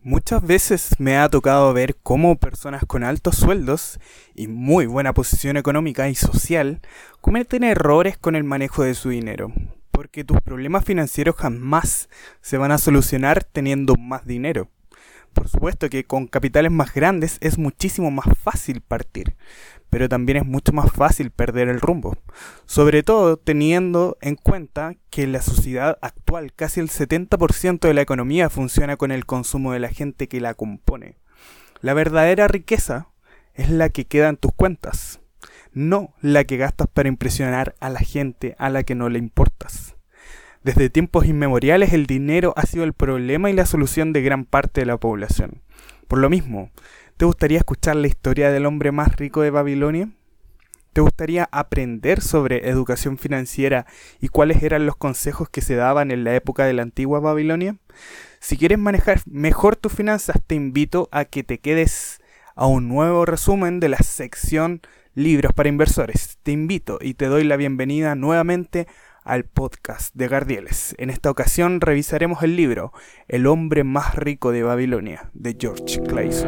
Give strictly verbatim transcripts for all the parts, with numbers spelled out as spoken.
Muchas veces me ha tocado ver cómo personas con altos sueldos y muy buena posición económica y social cometen errores con el manejo de su dinero, porque tus problemas financieros jamás se van a solucionar teniendo más dinero. Por supuesto que con capitales más grandes es muchísimo más fácil partir, pero también es mucho más fácil perder el rumbo, sobre todo teniendo en cuenta que en la sociedad actual casi el setenta por ciento de la economía funciona con el consumo de la gente que la compone. La verdadera riqueza es la que queda en tus cuentas, no la que gastas para impresionar a la gente a la que no le importas. Desde tiempos inmemoriales el dinero ha sido el problema y la solución de gran parte de la población. Por lo mismo, ¿te gustaría escuchar la historia del hombre más rico de Babilonia? ¿Te gustaría aprender sobre educación financiera y cuáles eran los consejos que se daban en la época de la antigua Babilonia? Si quieres manejar mejor tus finanzas, te invito a que te quedes a un nuevo resumen de la sección Libros para Inversores. Te invito y te doy la bienvenida nuevamente al podcast de Gardieles. En esta ocasión revisaremos el libro El hombre más rico de Babilonia, de George Clason.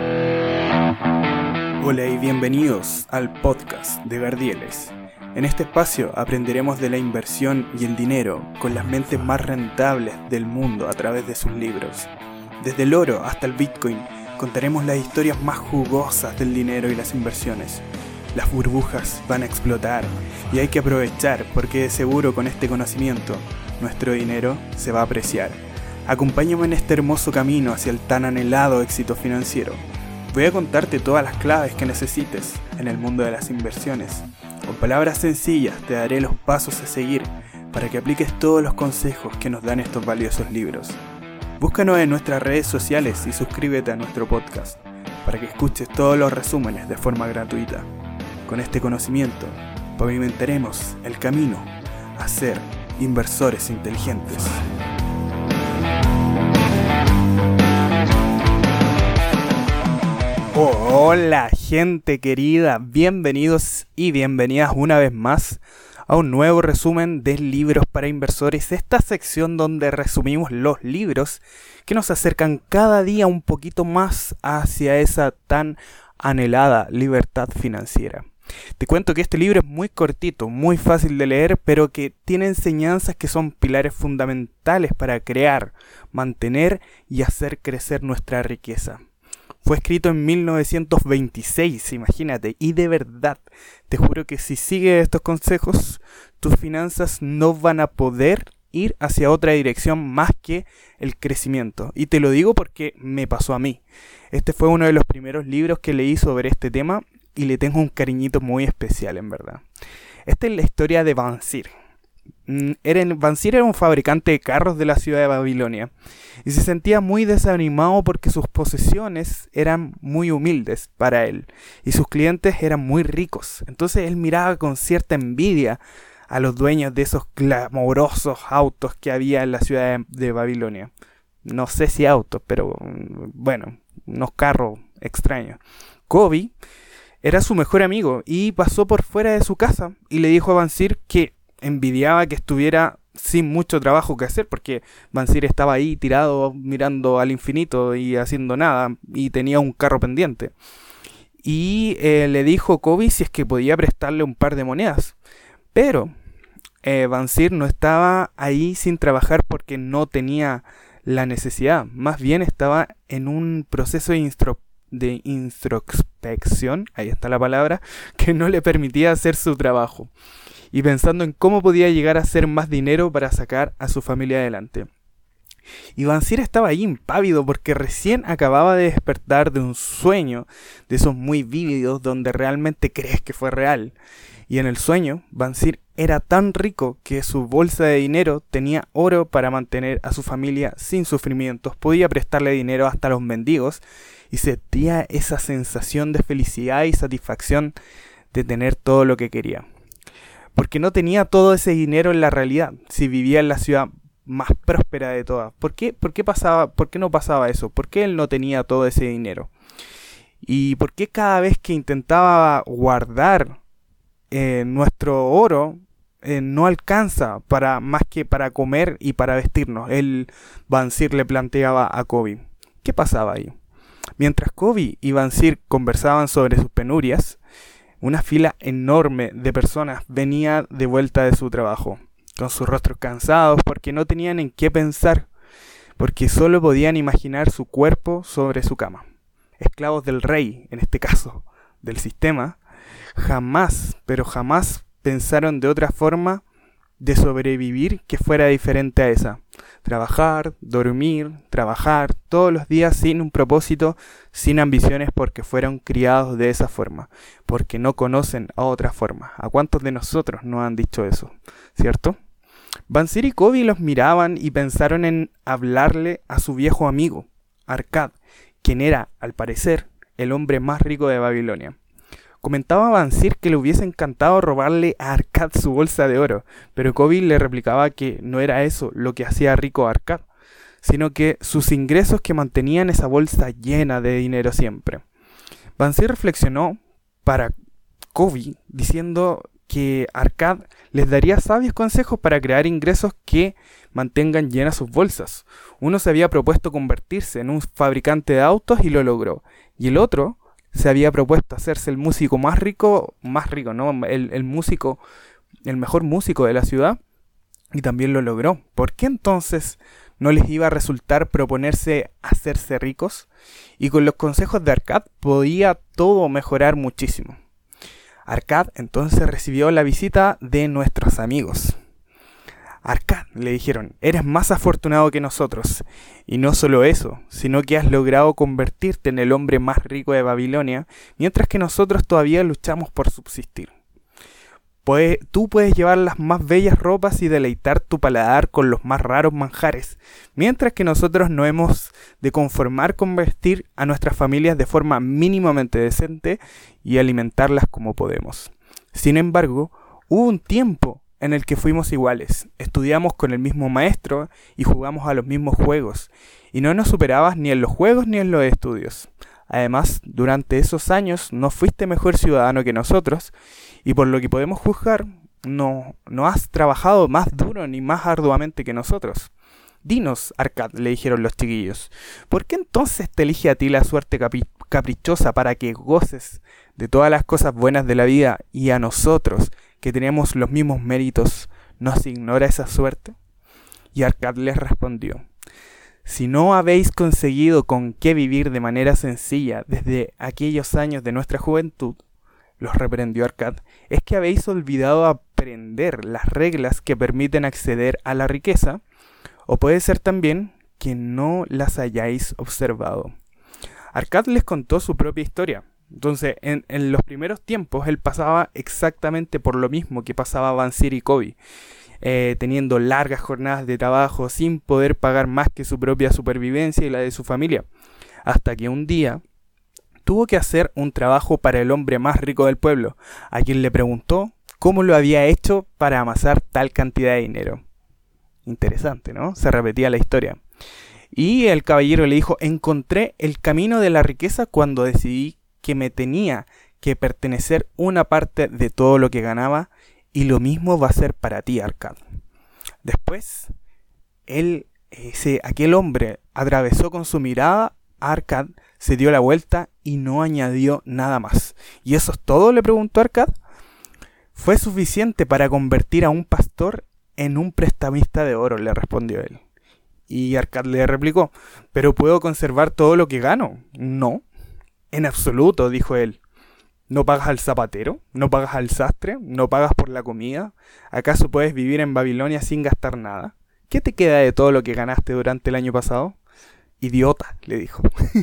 Hola y bienvenidos al podcast de Gardieles. En este espacio aprenderemos de la inversión y el dinero con las mentes más rentables del mundo a través de sus libros. Desde el oro hasta el Bitcoin contaremos las historias más jugosas del dinero y las inversiones. Las burbujas van a explotar y hay que aprovechar porque de seguro con este conocimiento nuestro dinero se va a apreciar. Acompáñame en este hermoso camino hacia el tan anhelado éxito financiero. Voy a contarte todas las claves que necesites en el mundo de las inversiones. Con palabras sencillas te daré los pasos a seguir para que apliques todos los consejos que nos dan estos valiosos libros. Búscanos en nuestras redes sociales y suscríbete a nuestro podcast para que escuches todos los resúmenes de forma gratuita. Con este conocimiento pavimentaremos el camino a ser inversores inteligentes. Hola gente querida, bienvenidos y bienvenidas una vez más a un nuevo resumen de Libros para Inversores, esta sección donde resumimos los libros que nos acercan cada día un poquito más hacia esa tan anhelada libertad financiera. Te cuento que este libro es muy cortito, muy fácil de leer, pero que tiene enseñanzas que son pilares fundamentales para crear, mantener y hacer crecer nuestra riqueza. Fue escrito en mil novecientos veintiséis, imagínate, y de verdad, te juro que si sigues estos consejos, tus finanzas no van a poder ir hacia otra dirección más que el crecimiento. Y te lo digo porque me pasó a mí. Este fue uno de los primeros libros que leí sobre este tema y le tengo un cariñito muy especial, en verdad. Esta es la historia de Bansir. Bansir era un fabricante de carros de la ciudad de Babilonia y se sentía muy desanimado porque sus posesiones eran muy humildes para él y sus clientes eran muy ricos. Entonces él miraba con cierta envidia a los dueños de esos glamorosos autos que había en la ciudad de, de Babilonia. No sé si autos, pero bueno, unos carros extraños. Kobi era su mejor amigo y pasó por fuera de su casa y le dijo a Bansir que envidiaba que estuviera sin mucho trabajo que hacer, porque Bansir estaba ahí tirado mirando al infinito y haciendo nada y tenía un carro pendiente. Y eh, le dijo Kobi si es que podía prestarle un par de monedas. Pero eh, Bansir no estaba ahí sin trabajar porque no tenía la necesidad. Más bien estaba en un proceso de instro de introspección, ahí está la palabra, que no le permitía hacer su trabajo, y pensando en cómo podía llegar a hacer más dinero para sacar a su familia adelante. Y Bansir estaba ahí impávido porque recién acababa de despertar de un sueño, de esos muy vívidos donde realmente crees que fue real. Y en el sueño, Bansir era tan rico que su bolsa de dinero tenía oro para mantener a su familia sin sufrimientos, podía prestarle dinero hasta a los mendigos y sentía esa sensación de felicidad y satisfacción de tener todo lo que quería. Porque no tenía todo ese dinero en la realidad, si vivía en la ciudad más próspera de todas. ¿Por qué, por qué pasaba, por qué no pasaba eso? ¿Por qué él no tenía todo ese dinero? ¿Y por qué cada vez que intentaba guardar eh, nuestro oro eh, no alcanza para más que para comer y para vestirnos? El Bansir le planteaba a Kobi. ¿Qué pasaba ahí? Mientras Covey y Bansir conversaban sobre sus penurias, una fila enorme de personas venía de vuelta de su trabajo, con sus rostros cansados porque no tenían en qué pensar, porque solo podían imaginar su cuerpo sobre su cama. Esclavos del rey, en este caso, del sistema, jamás, pero jamás pensaron de otra forma de sobrevivir que fuera diferente a esa. Trabajar, dormir, trabajar todos los días sin un propósito, sin ambiciones porque fueron criados de esa forma, porque no conocen a otra forma. ¿A cuántos de nosotros nos han dicho eso? ¿Cierto? Bansir y Covey los miraban y pensaron en hablarle a su viejo amigo, Arkad, quien era, al parecer, el hombre más rico de Babilonia. Comentaba Bansir que le hubiese encantado robarle a Arkad su bolsa de oro, pero Covey le replicaba que no era eso lo que hacía rico a Arkad, sino que sus ingresos que mantenían esa bolsa llena de dinero siempre. Bansir reflexionó para Covey diciendo que Arkad les daría sabios consejos para crear ingresos que mantengan llenas sus bolsas. Uno se había propuesto convertirse en un fabricante de autos y lo logró, y el otro se había propuesto hacerse el músico más rico, más rico, ¿no? El, el músico, el mejor músico de la ciudad, y también lo logró. ¿Por qué entonces no les iba a resultar proponerse hacerse ricos? Y con los consejos de Arkad podía todo mejorar muchísimo. Arkad entonces recibió la visita de nuestros amigos. Arkad, le dijeron, eres más afortunado que nosotros, y no solo eso, sino que has logrado convertirte en el hombre más rico de Babilonia, mientras que nosotros todavía luchamos por subsistir. Pues, tú puedes llevar las más bellas ropas y deleitar tu paladar con los más raros manjares, mientras que nosotros no hemos de conformar con vestir a nuestras familias de forma mínimamente decente y alimentarlas como podemos. Sin embargo, hubo un tiempo en el que fuimos iguales, estudiamos con el mismo maestro y jugamos a los mismos juegos, y no nos superabas ni en los juegos ni en los estudios. Además, durante esos años no fuiste mejor ciudadano que nosotros, y por lo que podemos juzgar, no, no has trabajado más duro ni más arduamente que nosotros. Dinos, Arkad, le dijeron los chiquillos, ¿por qué entonces te elige a ti la suerte capi- caprichosa para que goces de todas las cosas buenas de la vida, y a nosotros, que tenemos los mismos méritos, nos ignora esa suerte? Y Arkad les respondió, si no habéis conseguido con qué vivir de manera sencilla desde aquellos años de nuestra juventud, los reprendió Arkad, es que habéis olvidado aprender las reglas que permiten acceder a la riqueza, o puede ser también que no las hayáis observado. Arkad les contó su propia historia. Entonces, en, en los primeros tiempos, él pasaba exactamente por lo mismo que pasaba Bansir y Covey, eh, teniendo largas jornadas de trabajo sin poder pagar más que su propia supervivencia y la de su familia, hasta que un día tuvo que hacer un trabajo para el hombre más rico del pueblo, a quien le preguntó cómo lo había hecho para amasar tal cantidad de dinero. Interesante, ¿no? Se repetía la historia. Y el caballero le dijo, encontré el camino de la riqueza cuando decidí que me tenía que pertenecer una parte de todo lo que ganaba, y lo mismo va a ser para ti, Arkad. Después, él, ese, aquel hombre atravesó con su mirada a Arkad, se dio la vuelta y no añadió nada más. ¿Y eso es todo?, le preguntó Arkad. Fue suficiente para convertir a un pastor en un prestamista de oro, le respondió él. Y Arkad le replicó, ¿pero puedo conservar todo lo que gano? No, en absoluto, dijo él. ¿No pagas al zapatero? ¿No pagas al sastre? ¿No pagas por la comida? ¿Acaso puedes vivir en Babilonia sin gastar nada? ¿Qué te queda de todo lo que ganaste durante el año pasado? Idiota, le dijo.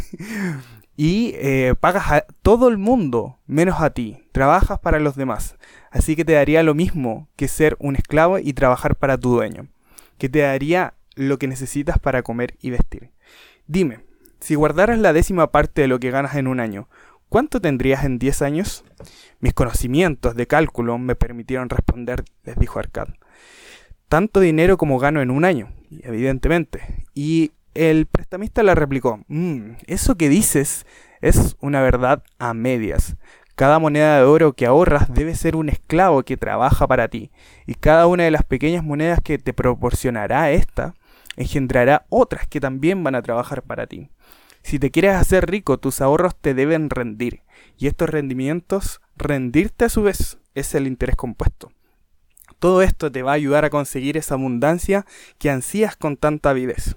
Y eh, pagas a todo el mundo, menos a ti. Trabajas para los demás. Así que te daría lo mismo que ser un esclavo y trabajar para tu dueño, que te daría lo que necesitas para comer y vestir. Dime, si guardaras la décima parte de lo que ganas en un año, ¿cuánto tendrías en diez años? Mis conocimientos de cálculo me permitieron responder, les dijo Arkad. Tanto dinero como gano en un año, evidentemente. Y el prestamista le replicó, mmm, eso que dices es una verdad a medias. Cada moneda de oro que ahorras debe ser un esclavo que trabaja para ti, y cada una de las pequeñas monedas que te proporcionará esta engendrará otras que también van a trabajar para ti. Si te quieres hacer rico, tus ahorros te deben rendir. Y estos rendimientos, rendirte a su vez, es el interés compuesto. Todo esto te va a ayudar a conseguir esa abundancia que ansías con tanta avidez.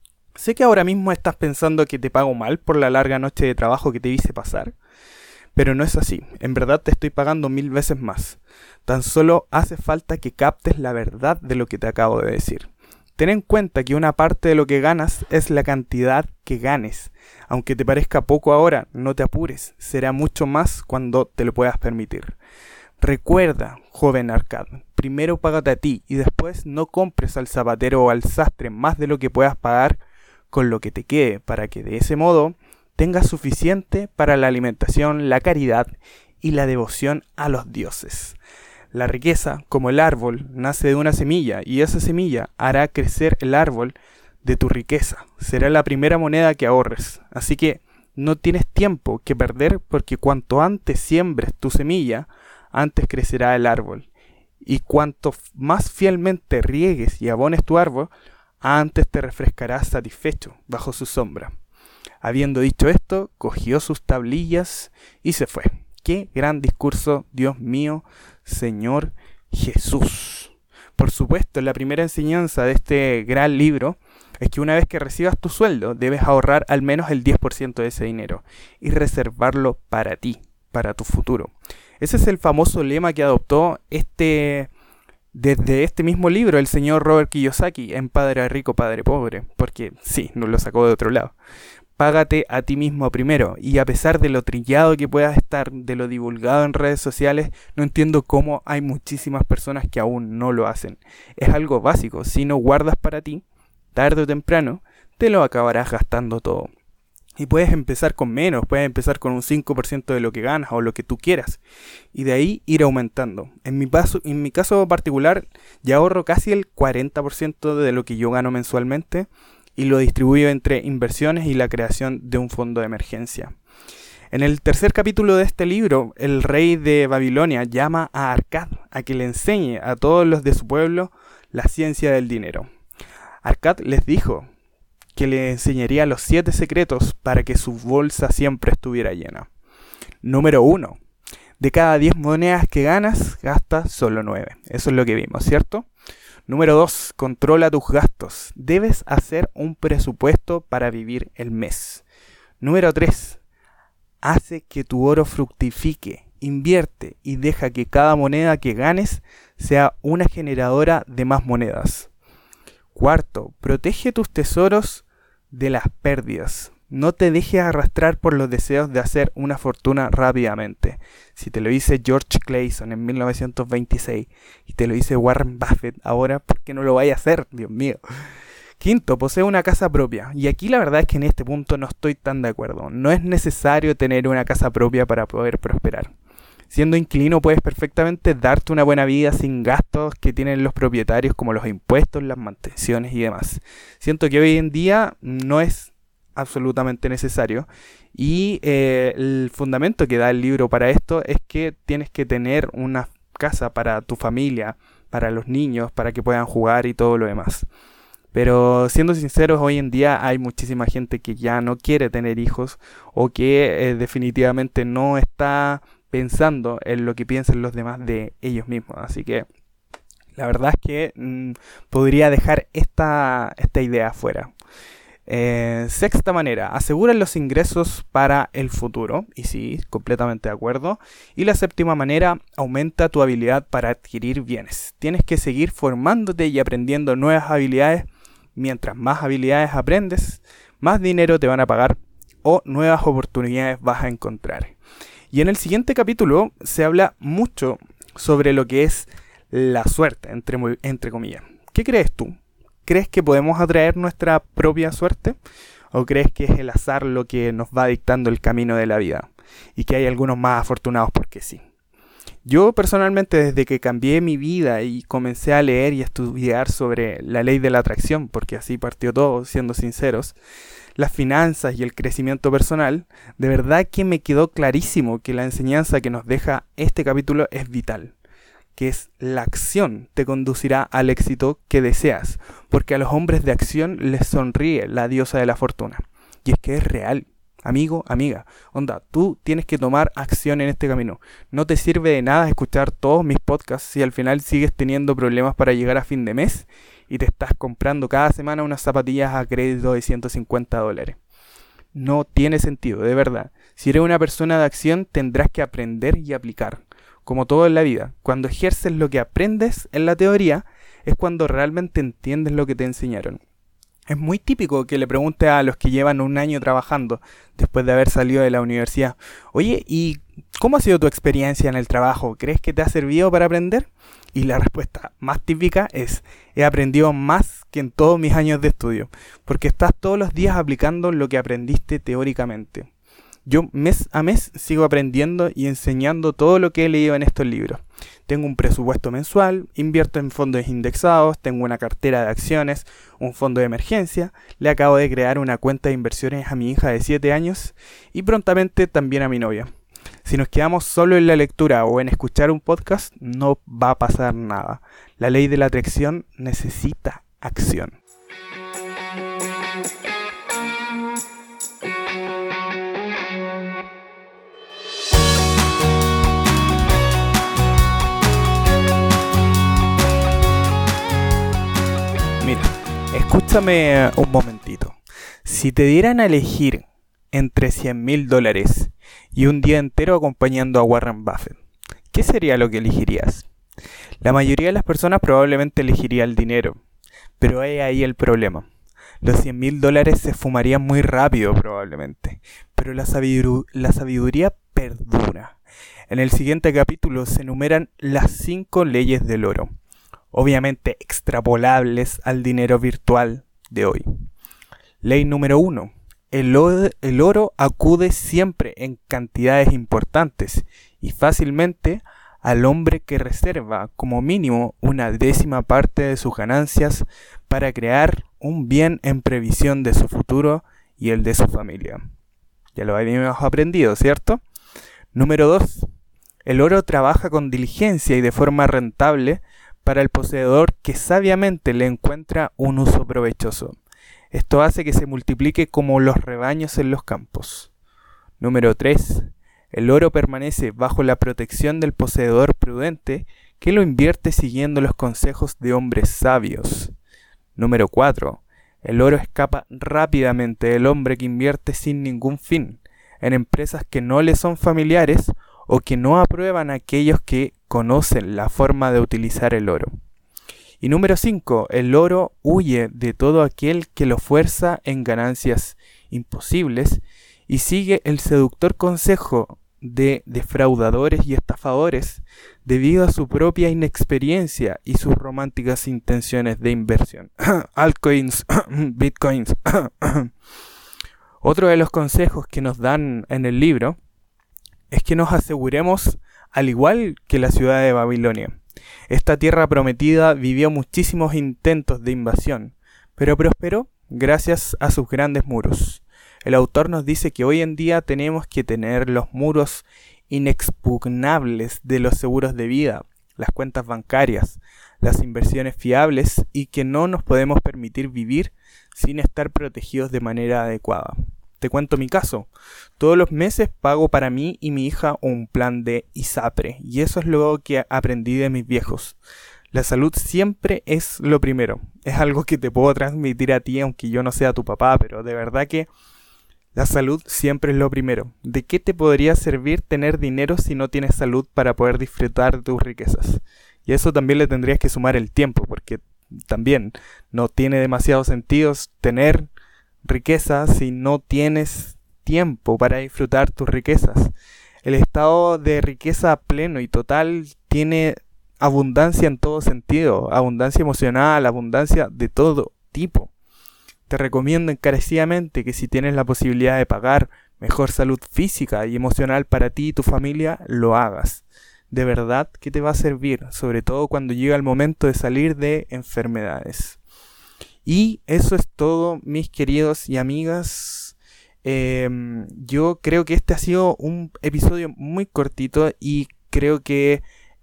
Sé que ahora mismo estás pensando que te pago mal por la larga noche de trabajo que te hice pasar, pero no es así. En verdad te estoy pagando mil veces más. Tan solo hace falta que captes la verdad de lo que te acabo de decir. Ten en cuenta que una parte de lo que ganas es la cantidad que ganes. Aunque te parezca poco ahora, no te apures. Será mucho más cuando te lo puedas permitir. Recuerda, joven Arcad, primero págate a ti y después no compres al zapatero o al sastre más de lo que puedas pagar con lo que te quede, para que de ese modo tengas suficiente para la alimentación, la caridad y la devoción a los dioses. La riqueza, como el árbol, nace de una semilla y esa semilla hará crecer el árbol de tu riqueza. Será la primera moneda que ahorres. Así que no tienes tiempo que perder, porque cuanto antes siembres tu semilla, antes crecerá el árbol. Y cuanto más fielmente riegues y abones tu árbol, antes te refrescarás satisfecho bajo su sombra. Habiendo dicho esto, cogió sus tablillas y se fue. ¡Qué gran discurso, Dios mío, Señor Jesús! Por supuesto, la primera enseñanza de este gran libro es que una vez que recibas tu sueldo, debes ahorrar al menos el diez por ciento de ese dinero y reservarlo para ti, para tu futuro. Ese es el famoso lema que adoptó este... desde este mismo libro el señor Robert Kiyosaki en Padre Rico, Padre Pobre, porque sí, nos lo sacó de otro lado. Págate a ti mismo primero, y a pesar de lo trillado que puedas estar, de lo divulgado en redes sociales, no entiendo cómo hay muchísimas personas que aún no lo hacen. Es algo básico. Si no guardas para ti, tarde o temprano, te lo acabarás gastando todo. Y puedes empezar con menos, puedes empezar con un cinco por ciento de lo que ganas o lo que tú quieras. Y de ahí ir aumentando. En mi, paso, en mi caso particular, ya ahorro casi el cuarenta por ciento de lo que yo gano mensualmente y lo distribuyo entre inversiones y la creación de un fondo de emergencia. En el tercer capítulo de este libro, el rey de Babilonia llama a Arcad a que le enseñe a todos los de su pueblo la ciencia del dinero. Arcad les dijo que le enseñaría los siete secretos para que su bolsa siempre estuviera llena. Número uno. De cada diez monedas que ganas, gasta solo nueve. Eso es lo que vimos, ¿cierto? Número dos. Controla tus gastos. Debes hacer un presupuesto para vivir el mes. Número tres. Hace que tu oro fructifique. Invierte y deja que cada moneda que ganes sea una generadora de más monedas. Cuarto. Protege tus tesoros de las pérdidas. No te dejes arrastrar por los deseos de hacer una fortuna rápidamente. Si te lo dice George Clason en mil novecientos veintiséis y te lo dice Warren Buffett ahora, ¿por qué no lo vaya a hacer? Dios mío. Quinto, posee una casa propia. Y aquí la verdad es que en este punto no estoy tan de acuerdo. No es necesario tener una casa propia para poder prosperar. Siendo inquilino puedes perfectamente darte una buena vida sin gastos que tienen los propietarios, como los impuestos, las mantenciones y demás. Siento que hoy en día no es absolutamente necesario, y eh, el fundamento que da el libro para esto es que tienes que tener una casa para tu familia, para los niños, para que puedan jugar y todo lo demás. Pero siendo sinceros, hoy en día hay muchísima gente que ya no quiere tener hijos, o que eh, definitivamente no está pensando en lo que piensan los demás de ellos mismos. Así que la verdad es que mmm, podría dejar esta, esta idea fuera. Eh, sexta manera, asegura los ingresos para el futuro. Y sí, completamente de acuerdo. Y la séptima manera, aumenta tu habilidad para adquirir bienes. Tienes que seguir formándote y aprendiendo nuevas habilidades. Mientras más habilidades aprendes, más dinero te van a pagar o nuevas oportunidades vas a encontrar. Y en el siguiente capítulo se habla mucho sobre lo que es la suerte, entre, entre comillas. ¿Qué crees tú? ¿Crees que podemos atraer nuestra propia suerte? ¿O crees que es el azar lo que nos va dictando el camino de la vida? Y que hay algunos más afortunados porque sí. Yo personalmente, desde que cambié mi vida y comencé a leer y a estudiar sobre la ley de la atracción, porque así partió todo, siendo sinceros, las finanzas y el crecimiento personal, de verdad que me quedó clarísimo que la enseñanza que nos deja este capítulo es vital. Que es la acción te conducirá al éxito que deseas, porque a los hombres de acción les sonríe la diosa de la fortuna. Y es que es real. Amigo, amiga, onda, tú tienes que tomar acción en este camino. No te sirve de nada escuchar todos mis podcasts si al final sigues teniendo problemas para llegar a fin de mes y te estás comprando cada semana unas zapatillas a crédito de ciento cincuenta dólares. No tiene sentido, de verdad. Si eres una persona de acción, tendrás que aprender y aplicar. Como todo en la vida, cuando ejerces lo que aprendes en la teoría, es cuando realmente entiendes lo que te enseñaron. Es muy típico que le preguntes a los que llevan un año trabajando después de haber salido de la universidad: oye, ¿y cómo ha sido tu experiencia en el trabajo? ¿Crees que te ha servido para aprender? Y la respuesta más típica es: he aprendido más que en todos mis años de estudio, porque estás todos los días aplicando lo que aprendiste teóricamente. Yo mes a mes sigo aprendiendo y enseñando todo lo que he leído en estos libros. Tengo un presupuesto mensual, invierto en fondos indexados, tengo una cartera de acciones, un fondo de emergencia, le acabo de crear una cuenta de inversiones a mi hija de siete años y prontamente también a mi novia. Si nos quedamos solo en la lectura o en escuchar un podcast, no va a pasar nada. La ley de la atracción necesita acción. Mira, escúchame un momentito. Si te dieran a elegir entre cien mil dólares y un día entero acompañando a Warren Buffett, ¿qué sería lo que elegirías? La mayoría de las personas probablemente elegiría el dinero, pero hay ahí el problema. Los cien mil dólares se fumarían muy rápido probablemente, pero la, sabidu- la sabiduría perdura. En el siguiente capítulo se enumeran las cinco leyes del oro, obviamente extrapolables al dinero virtual de hoy. Ley número uno. El, o- el oro acude siempre en cantidades importantes y fácilmente al hombre que reserva como mínimo una décima parte de sus ganancias para crear un bien en previsión de su futuro y el de su familia. Ya lo habíamos aprendido, ¿cierto? Número dos. El oro trabaja con diligencia y de forma rentable para el poseedor que sabiamente le encuentra un uso provechoso. Esto hace que se multiplique como los rebaños en los campos. Número tres. El oro permanece bajo la protección del poseedor prudente que lo invierte siguiendo los consejos de hombres sabios. Número cuatro. El oro escapa rápidamente del hombre que invierte sin ningún fin, en empresas que no le son familiares o que no aprueban a aquellos que conocen la forma de utilizar el oro. Y número cinco. El oro huye de todo aquel que lo fuerza en ganancias imposibles y sigue el seductor consejo de defraudadores y estafadores debido a su propia inexperiencia y sus románticas intenciones de inversión. Altcoins, bitcoins. Otro de los consejos que nos dan en el libro es que nos aseguremos, al igual que la ciudad de Babilonia. Esta tierra prometida vivió muchísimos intentos de invasión, pero prosperó gracias a sus grandes muros. El autor nos dice que hoy en día tenemos que tener los muros inexpugnables de los seguros de vida, las cuentas bancarias, las inversiones fiables y que no nos podemos permitir vivir sin estar protegidos de manera adecuada. Te cuento mi caso. Todos los meses pago para mí y mi hija un plan de ISAPRE y eso es lo que aprendí de mis viejos. La salud siempre es lo primero. Es algo que te puedo transmitir a ti aunque yo no sea tu papá, pero de verdad que la salud siempre es lo primero. ¿De qué te podría servir tener dinero si no tienes salud para poder disfrutar de tus riquezas? Y eso también le tendrías que sumar el tiempo, porque también no tiene demasiado sentido tener riqueza si no tienes tiempo para disfrutar tus riquezas. El estado de riqueza pleno y total tiene abundancia en todo sentido, abundancia emocional, abundancia de todo tipo. Te recomiendo encarecidamente que si tienes la posibilidad de pagar mejor salud física y emocional para ti y tu familia, lo hagas. De verdad que te va a servir, sobre todo cuando llega el momento de salir de enfermedades. Y eso es todo, mis queridos y amigas. Eh, yo creo que este ha sido un episodio muy cortito y creo que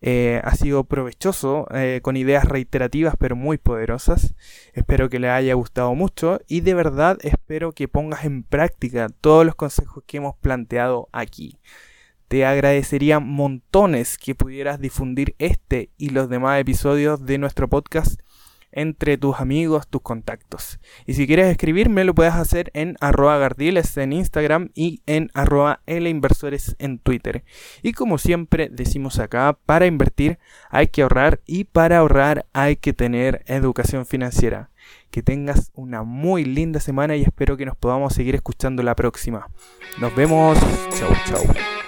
Eh, ha sido provechoso, eh, con ideas reiterativas pero muy poderosas. Espero que les haya gustado mucho y de verdad espero que pongas en práctica todos los consejos que hemos planteado aquí. Te agradecería montones que pudieras difundir este y los demás episodios de nuestro podcast entre tus amigos, tus contactos. Y si quieres escribirme, lo puedes hacer en arroba gardiles en Instagram y en arroba linversores en Twitter. Y como siempre decimos acá, para invertir hay que ahorrar y para ahorrar hay que tener educación financiera. Que tengas una muy linda semana y espero que nos podamos seguir escuchando la próxima. Nos vemos. Chau, chau.